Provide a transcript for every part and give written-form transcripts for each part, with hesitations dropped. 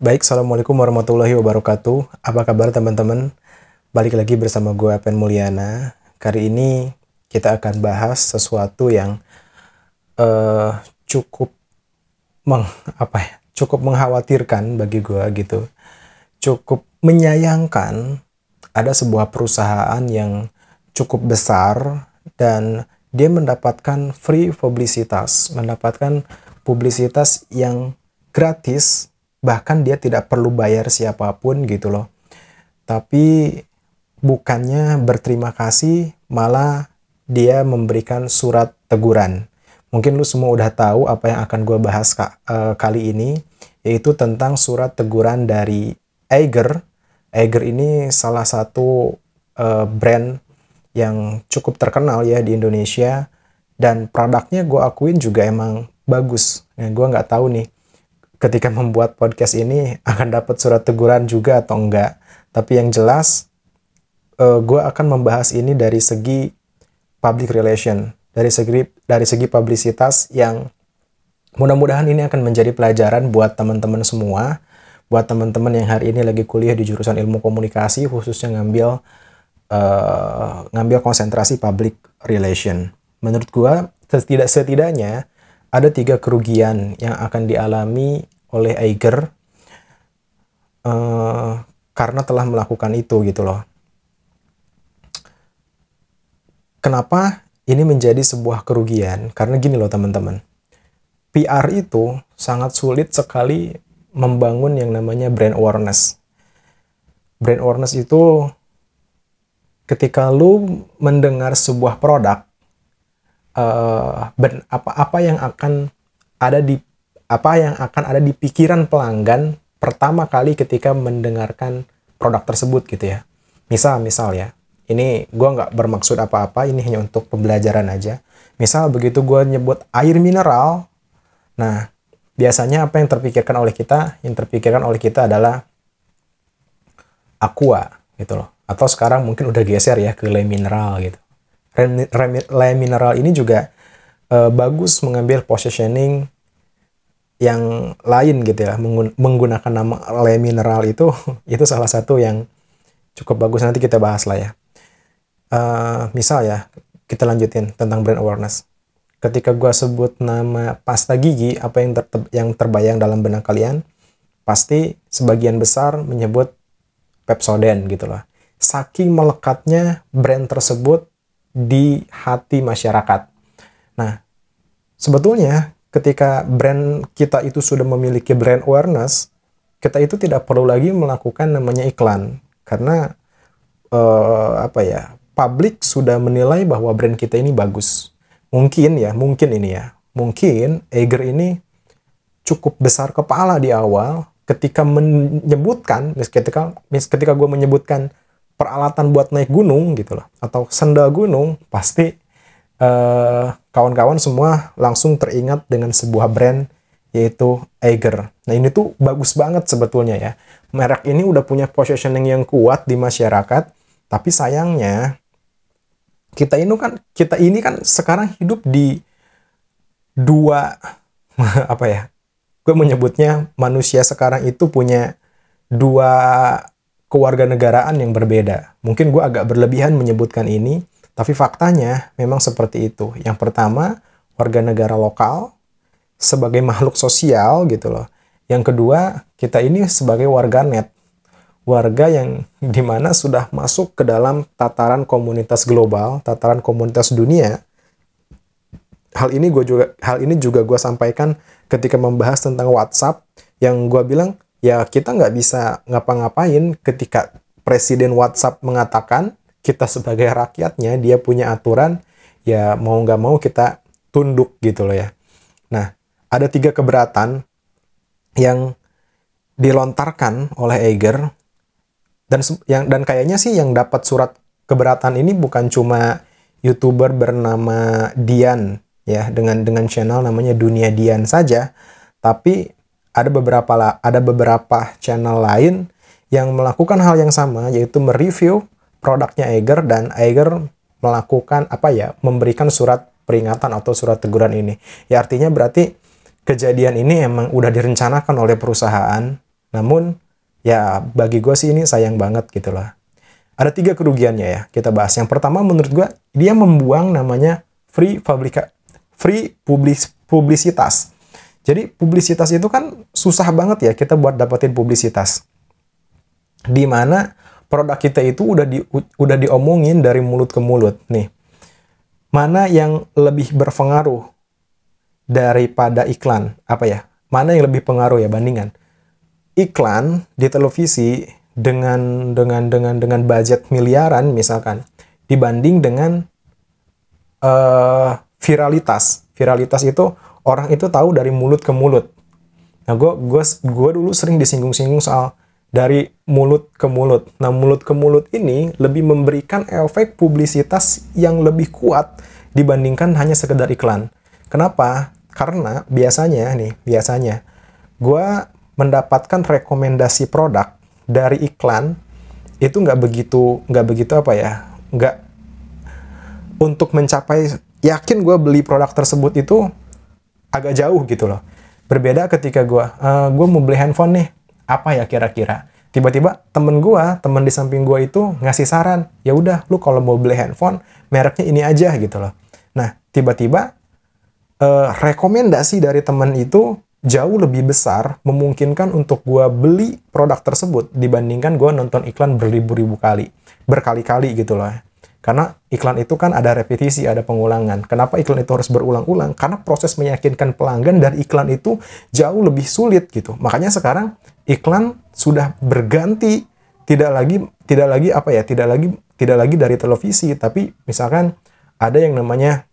Baik, Assalamualaikum warahmatullahi wabarakatuh. Apa kabar teman-teman? Balik lagi bersama gue, Apen Mulyana. Kali ini kita akan bahas sesuatu yang cukup cukup mengkhawatirkan bagi gue gitu. Cukup menyayangkan ada sebuah perusahaan yang cukup besar dan dia mendapatkan free publisitas, mendapatkan publisitas yang gratis. Bahkan dia tidak perlu bayar siapapun gitu loh. Tapi bukannya berterima kasih, malah dia memberikan surat teguran. Mungkin lu semua udah tahu apa yang akan gue bahas kali ini, yaitu tentang surat teguran dari Eiger. Eiger ini salah satu brand yang cukup terkenal ya di Indonesia. Dan produknya gue akuin juga emang bagus. Gue nggak tahu nih, ketika membuat podcast ini akan dapat surat teguran juga atau enggak. Tapi yang jelas, gue akan membahas ini dari segi public relation, dari segi publisitas yang mudah-mudahan ini akan menjadi pelajaran buat teman-teman semua, buat teman-teman yang hari ini lagi kuliah di jurusan ilmu komunikasi, khususnya ngambil konsentrasi public relation. Menurut gue, setidaknya ada 3 kerugian yang akan dialami oleh Eiger karena telah melakukan itu gitu loh. Kenapa ini menjadi sebuah kerugian? Karena gini loh teman-teman, PR itu sangat sulit sekali membangun yang namanya brand awareness. Brand awareness itu ketika lu mendengar sebuah produk, apa yang akan ada di pikiran pelanggan pertama kali ketika mendengarkan produk tersebut gitu ya. Misal ya, ini gue nggak bermaksud apa-apa, ini hanya untuk pembelajaran aja. Misal begitu gue nyebut air mineral, nah biasanya apa yang terpikirkan oleh kita? Yang terpikirkan oleh kita adalah aqua gitu loh. Atau sekarang mungkin udah geser ya ke le mineral gitu. Le mineral ini juga bagus mengambil positioning yang lain gitu ya, menggunakan nama le mineral itu salah satu yang cukup bagus, nanti kita bahas lah ya. Misal ya, kita lanjutin tentang brand awareness. Ketika gue sebut nama pasta gigi, apa yang terbayang dalam benak kalian? Pasti sebagian besar menyebut Pepsodent gitu loh. Saking melekatnya brand tersebut di hati masyarakat. Nah, sebetulnya ketika brand kita itu sudah memiliki brand awareness, kita itu tidak perlu lagi melakukan namanya iklan. Karena publik sudah menilai bahwa brand kita ini bagus. Mungkin Eiger ini cukup besar kepala di awal ketika menyebutkan, ketika gue menyebutkan peralatan buat naik gunung gitu loh, atau sandal gunung, pasti kawan-kawan semua langsung teringat dengan sebuah brand, yaitu Eiger. Nah ini tuh bagus banget sebetulnya ya. Merek ini udah punya positioning yang kuat di masyarakat, tapi sayangnya kita ini kan sekarang hidup di dua gue menyebutnya manusia sekarang itu punya 2 kewarganegaraan yang berbeda. Mungkin gue agak berlebihan menyebutkan ini, tapi faktanya memang seperti itu. Yang pertama, warga negara lokal sebagai makhluk sosial gitu loh. Yang kedua, kita ini sebagai warganet. Warga yang dimana sudah masuk ke dalam tataran komunitas global, tataran komunitas dunia. Hal ini juga gue sampaikan ketika membahas tentang WhatsApp, yang gue bilang, ya kita nggak bisa ngapa-ngapain ketika Presiden WhatsApp mengatakan kita sebagai rakyatnya, dia punya aturan, ya mau nggak mau kita tunduk gitu loh ya. Nah, ada 3 keberatan yang dilontarkan oleh Eiger, dan kayaknya sih yang dapat surat keberatan ini bukan cuma YouTuber bernama Dian ya, dengan channel namanya Dunia Dian saja, tapi ada beberapa channel lain yang melakukan hal yang sama, yaitu mereview produknya Eiger, dan Eiger melakukan memberikan surat peringatan atau surat teguran ini. Ya artinya berarti kejadian ini emang udah direncanakan oleh perusahaan Namun ya bagi gue sih ini sayang banget gitu lah. Ada 3 kerugiannya ya, kita bahas. Yang pertama menurut gue, dia membuang namanya free publisitas. Jadi publisitas itu kan susah banget ya kita buat dapetin publisitas. Di mana produk kita itu udah diomongin dari mulut ke mulut nih. Mana yang lebih berpengaruh daripada iklan? Apa ya? Mana yang lebih pengaruh ya bandingan? Iklan di televisi dengan budget miliaran misalkan dibanding dengan viralitas. Viralitas itu orang itu tahu dari mulut ke mulut. Nah, gue dulu sering disinggung-singgung soal dari mulut ke mulut. Nah, mulut ke mulut ini lebih memberikan efek publisitas yang lebih kuat dibandingkan hanya sekedar iklan. Kenapa? Karena biasanya gue mendapatkan rekomendasi produk dari iklan itu nggak begitu apa ya, nggak untuk mencapai yakin gue beli produk tersebut itu agak jauh gitu loh. Berbeda ketika gue mau beli handphone nih, apa ya kira-kira? Tiba-tiba teman di samping gue itu ngasih saran, ya udah lu kalau mau beli handphone mereknya ini aja gitu loh. Nah tiba-tiba rekomendasi dari teman itu jauh lebih besar memungkinkan untuk gue beli produk tersebut dibandingkan gue nonton iklan berkali-kali gitu loh. Karena iklan itu kan ada repetisi, ada pengulangan. Kenapa iklan itu harus berulang-ulang? Karena proses meyakinkan pelanggan dari iklan itu jauh lebih sulit gitu. Makanya sekarang iklan sudah berganti, tidak lagi dari televisi, tapi misalkan ada yang namanya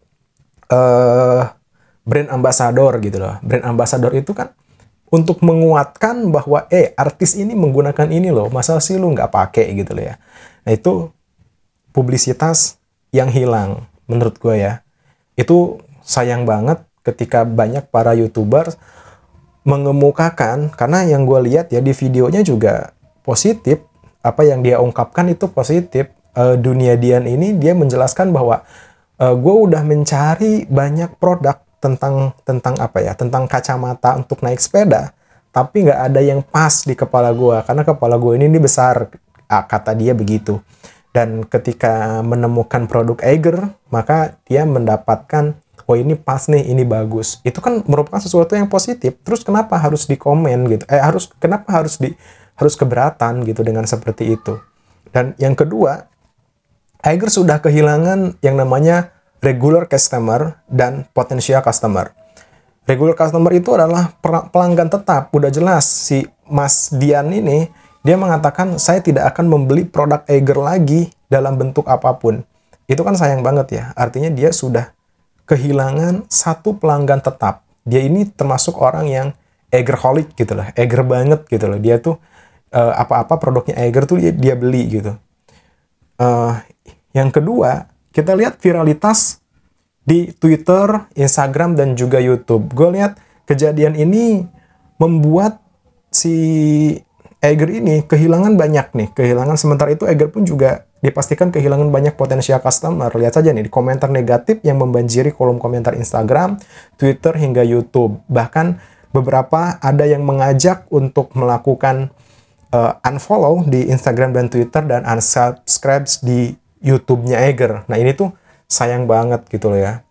brand ambassador gitu loh. Brand ambassador itu kan untuk menguatkan bahwa artis ini menggunakan ini loh, masa sih lu nggak pakai gitu loh ya. Nah itu publisitas yang hilang menurut gue ya. Itu sayang banget ketika banyak para YouTuber mengemukakan, karena yang gue lihat ya di videonya juga positif, apa yang dia ungkapkan itu positif. Dunia Dian ini dia menjelaskan bahwa gue udah mencari banyak produk tentang kacamata untuk naik sepeda, tapi nggak ada yang pas di kepala gue karena kepala gue ini besar, kata dia begitu. Dan ketika menemukan produk Eiger, maka dia mendapatkan, oh ini pas nih, ini bagus. Itu kan merupakan sesuatu yang positif. Terus kenapa harus dikomen gitu? Kenapa harus keberatan gitu dengan seperti itu? Dan yang kedua, Eiger sudah kehilangan yang namanya regular customer dan potential customer. Regular customer itu adalah pelanggan tetap. Udah jelas si Mas Dian ini, dia mengatakan saya tidak akan membeli produk Eiger lagi dalam bentuk apapun. Itu kan sayang banget ya. Artinya dia sudah kehilangan satu pelanggan tetap. Dia ini termasuk orang yang Eigerholic gitu loh. Eiger banget gitu loh. Dia tuh apa-apa produknya Eiger tuh dia beli gitu. Yang kedua, kita lihat viralitas di Twitter, Instagram, dan juga YouTube. Gue lihat kejadian ini membuat si Eiger ini kehilangan banyak nih. Sementara itu Eiger pun juga dipastikan kehilangan banyak potensial customer. Lihat saja nih, di komentar negatif yang membanjiri kolom komentar Instagram, Twitter, hingga YouTube. Bahkan beberapa ada yang mengajak untuk melakukan unfollow di Instagram dan Twitter dan unsubscribe di YouTube-nya Eiger. Nah ini tuh sayang banget gitu loh ya.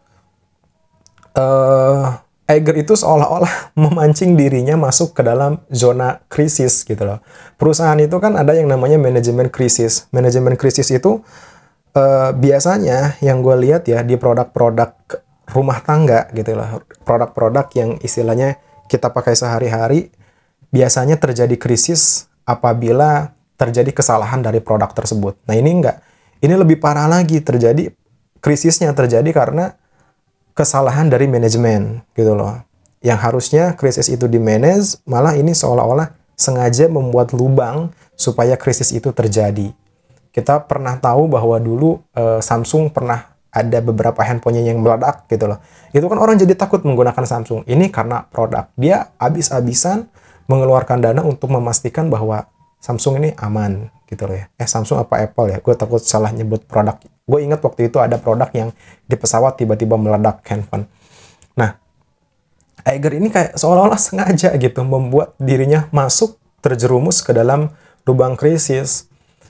Eiger itu seolah-olah memancing dirinya masuk ke dalam zona krisis gitu loh. Perusahaan itu kan ada yang namanya manajemen krisis. Manajemen krisis itu biasanya yang gue lihat ya di produk-produk rumah tangga gitu loh. Produk-produk yang istilahnya kita pakai sehari-hari, biasanya terjadi krisis apabila terjadi kesalahan dari produk tersebut. Nah ini enggak. Ini lebih parah lagi, krisisnya terjadi karena kesalahan dari manajemen gitu loh. Yang harusnya krisis itu di-manage, malah ini seolah-olah sengaja membuat lubang supaya krisis itu terjadi. Kita pernah tahu bahwa dulu Samsung pernah ada beberapa handphonenya yang meledak gitu loh. Itu kan orang jadi takut menggunakan Samsung. Ini karena produk. Dia habis-habisan mengeluarkan dana untuk memastikan bahwa Samsung ini aman gitu loh ya. Samsung apa Apple ya? Gue takut salah nyebut produk. Gue ingat waktu itu ada produk yang di pesawat tiba-tiba meledak handphone. Nah, Iger ini kayak seolah-olah sengaja gitu membuat dirinya masuk terjerumus ke dalam lubang krisis.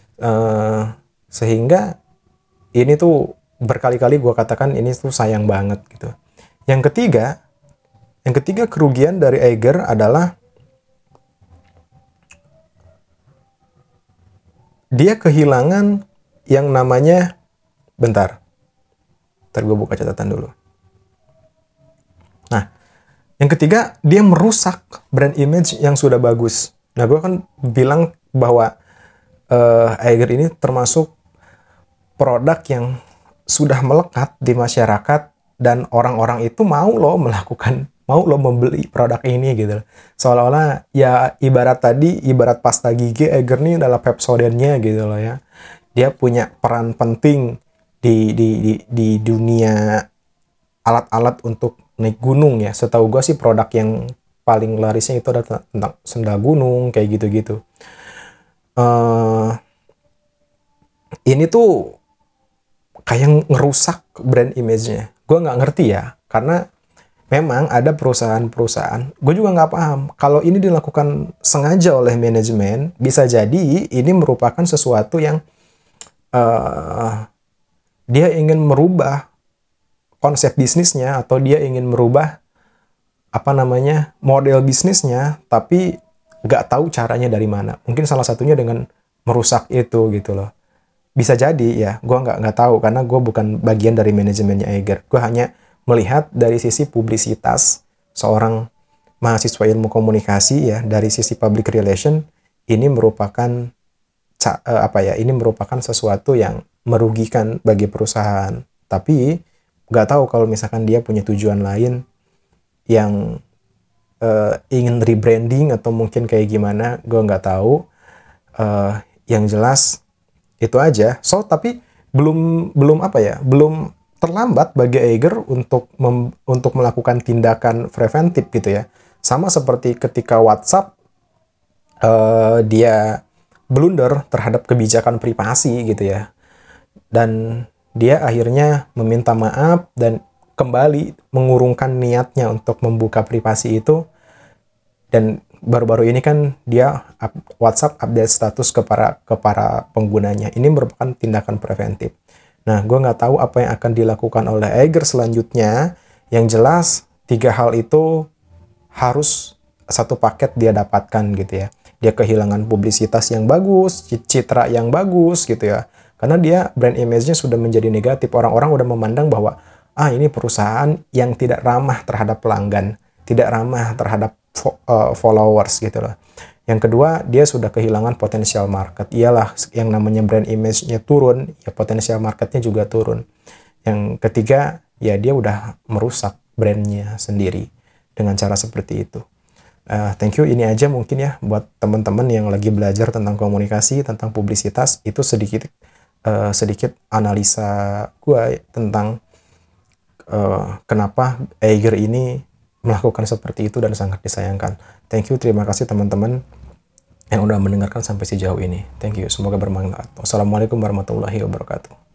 Sehingga ini tuh berkali-kali gue katakan ini tuh sayang banget gitu. Yang ketiga kerugian dari Iger adalah dia kehilangan yang namanya, bentar gue buka catatan dulu. Nah, yang ketiga, dia merusak brand image yang sudah bagus. Nah, gue kan bilang bahwa Iger ini termasuk produk yang sudah melekat di masyarakat dan orang-orang itu mau loh membeli produk ini gitu. Seolah-olah ya ibarat pasta gigi, Iger ini adalah Pepsodentnya gitu loh ya. Dia punya peran penting di dunia alat-alat untuk naik gunung ya. Setahu gue sih produk yang paling larisnya itu adalah tentang sendal gunung kayak gitu-gitu. Ini tuh kayak ngerusak brand image-nya. Gue nggak ngerti ya, karena memang ada perusahaan-perusahaan, gue juga nggak paham, kalau ini dilakukan sengaja oleh manajemen, bisa jadi ini merupakan sesuatu yang dia ingin merubah konsep bisnisnya, atau dia ingin merubah model bisnisnya, tapi nggak tahu caranya dari mana. Mungkin salah satunya dengan merusak itu gitu loh. Bisa jadi ya, gue nggak tahu karena gue bukan bagian dari manajemennya Iger. Gue hanya melihat dari sisi publisitas seorang mahasiswa ilmu komunikasi ya, dari sisi public relation ini merupakan ini merupakan sesuatu yang merugikan bagi perusahaan. Tapi nggak tahu kalau misalkan dia punya tujuan lain yang ingin rebranding atau mungkin kayak gimana, gue nggak tahu. Yang jelas itu aja. Tapi belum terlambat bagi Iger untuk melakukan tindakan preventif gitu ya. Sama seperti ketika WhatsApp dia blunder terhadap kebijakan privasi gitu ya. Dan dia akhirnya meminta maaf dan kembali mengurungkan niatnya untuk membuka privasi itu. Dan baru-baru ini kan dia WhatsApp update status ke para penggunanya. Ini merupakan tindakan preventif. Nah, gue nggak tahu apa yang akan dilakukan oleh Iger selanjutnya. Yang jelas, 3 hal itu harus satu paket dia dapatkan gitu ya. Dia kehilangan publisitas yang bagus, citra yang bagus gitu ya. Karena dia brand image-nya sudah menjadi negatif. Orang-orang udah memandang bahwa ini perusahaan yang tidak ramah terhadap pelanggan, tidak ramah terhadap followers gitu loh. Yang kedua, dia sudah kehilangan potensial market. Iyalah, yang namanya brand image-nya turun, ya potensial marketnya juga turun. Yang ketiga, ya dia udah merusak brand-nya sendiri dengan cara seperti itu. Thank you, ini aja mungkin ya buat teman-teman yang lagi belajar tentang komunikasi, tentang publisitas. Itu sedikit analisa gue tentang kenapa Iger ini melakukan seperti itu dan sangat disayangkan. Thank you, terima kasih teman-teman yang udah mendengarkan sampai sejauh ini. Thank you, semoga bermanfaat. Wassalamualaikum warahmatullahi wabarakatuh.